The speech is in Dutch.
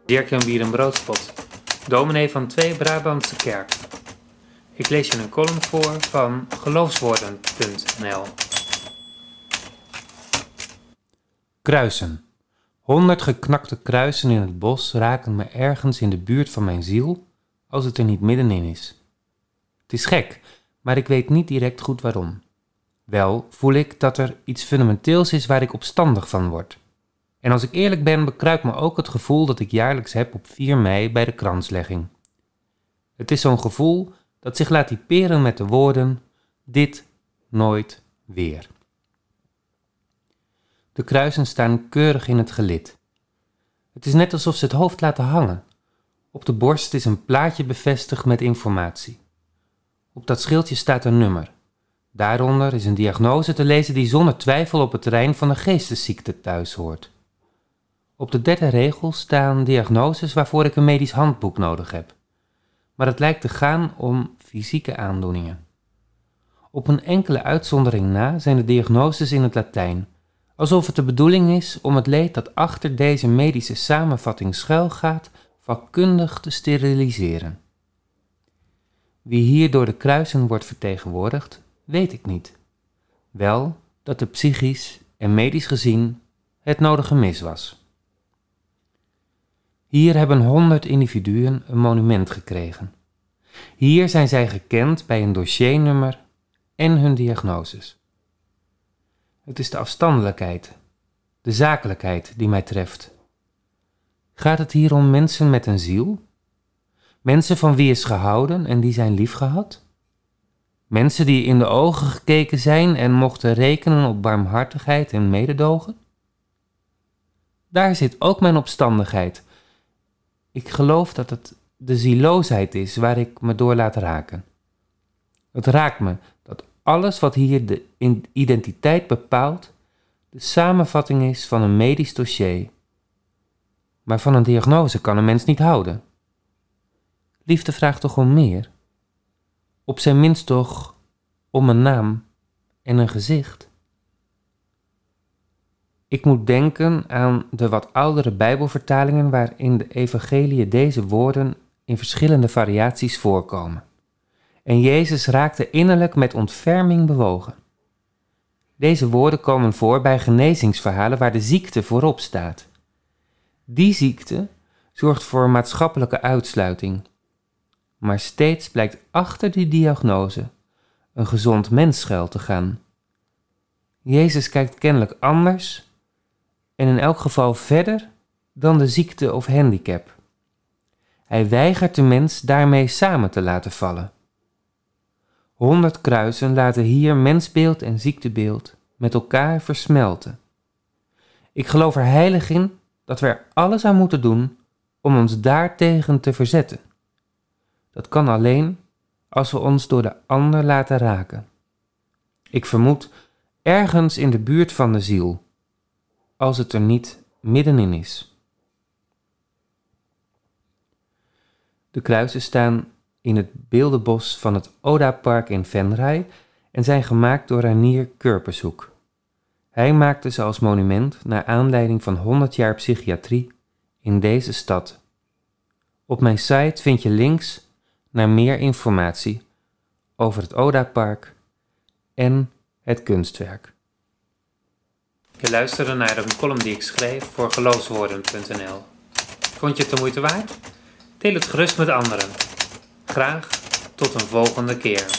Dirk-Jan Bierenbroodspot, dominee van 2 Brabantse kerk. Ik lees je een column voor van geloofswoorden.nl. Kruisen. 100 geknakte kruisen in het bos raken me ergens in de buurt van mijn ziel, als het er niet middenin is. Het is gek, maar ik weet niet direct goed waarom. Wel voel ik dat er iets fundamenteels is waar ik opstandig van word. En als ik eerlijk ben, bekruipt me ook het gevoel dat ik jaarlijks heb op 4 mei bij de kranslegging. Het is zo'n gevoel dat zich laat typeren met de woorden: dit nooit weer. De kruisen staan keurig in het gelid. Het is net alsof ze het hoofd laten hangen. Op de borst is een plaatje bevestigd met informatie. Op dat schildje staat een nummer. Daaronder is een diagnose te lezen die zonder twijfel op het terrein van de geestesziekte thuis hoort. Op de 3e regel staan diagnoses waarvoor ik een medisch handboek nodig heb. Maar het lijkt te gaan om fysieke aandoeningen. Op een enkele uitzondering na zijn de diagnoses in het Latijn, alsof het de bedoeling is om het leed dat achter deze medische samenvatting schuilgaat vakkundig te steriliseren. Wie hier door de kruisen wordt vertegenwoordigd, weet ik niet. Wel dat er psychisch en medisch gezien het nodige mis was. Hier hebben 100 individuen een monument gekregen. Hier zijn zij gekend bij een dossiernummer en hun diagnoses. Het is de afstandelijkheid, de zakelijkheid die mij treft. Gaat het hier om mensen met een ziel? Mensen van wie is gehouden en die zijn liefgehad? Mensen die in de ogen gekeken zijn en mochten rekenen op barmhartigheid en mededogen? Daar zit ook mijn opstandigheid. Ik geloof dat het de zieloosheid is waar ik me door laat raken. Het raakt me dat alles wat hier de identiteit bepaalt, de samenvatting is van een medisch dossier. Maar van een diagnose kan een mens niet houden. Liefde vraagt toch om meer? Op zijn minst toch om een naam en een gezicht? Ik moet denken aan de wat oudere Bijbelvertalingen waarin de evangeliën deze woorden in verschillende variaties voorkomen. En Jezus raakte innerlijk met ontferming bewogen. Deze woorden komen voor bij genezingsverhalen waar de ziekte voorop staat. Die ziekte zorgt voor maatschappelijke uitsluiting. Maar steeds blijkt achter die diagnose een gezond mens schuil te gaan. Jezus kijkt kennelijk anders en in elk geval verder dan de ziekte of handicap. Hij weigert de mens daarmee samen te laten vallen. 100 kruisen laten hier mensbeeld en ziektebeeld met elkaar versmelten. Ik geloof er heilig in dat we er alles aan moeten doen om ons daartegen te verzetten. Dat kan alleen als we ons door de ander laten raken. Ik vermoed ergens in de buurt van de ziel, als het er niet middenin is. De kruisen staan in het beeldenbos van het Oda-park in Venray en zijn gemaakt door Reinier Kurpershoek. Hij maakte ze als monument naar aanleiding van 100 jaar psychiatrie in deze stad. Op mijn site vind je links naar meer informatie over het Oda-park en het kunstwerk. Je luisterde naar een column die ik schreef voor geloofswoorden.nl. Vond je het de moeite waard? Deel het gerust met anderen. Graag tot een volgende keer.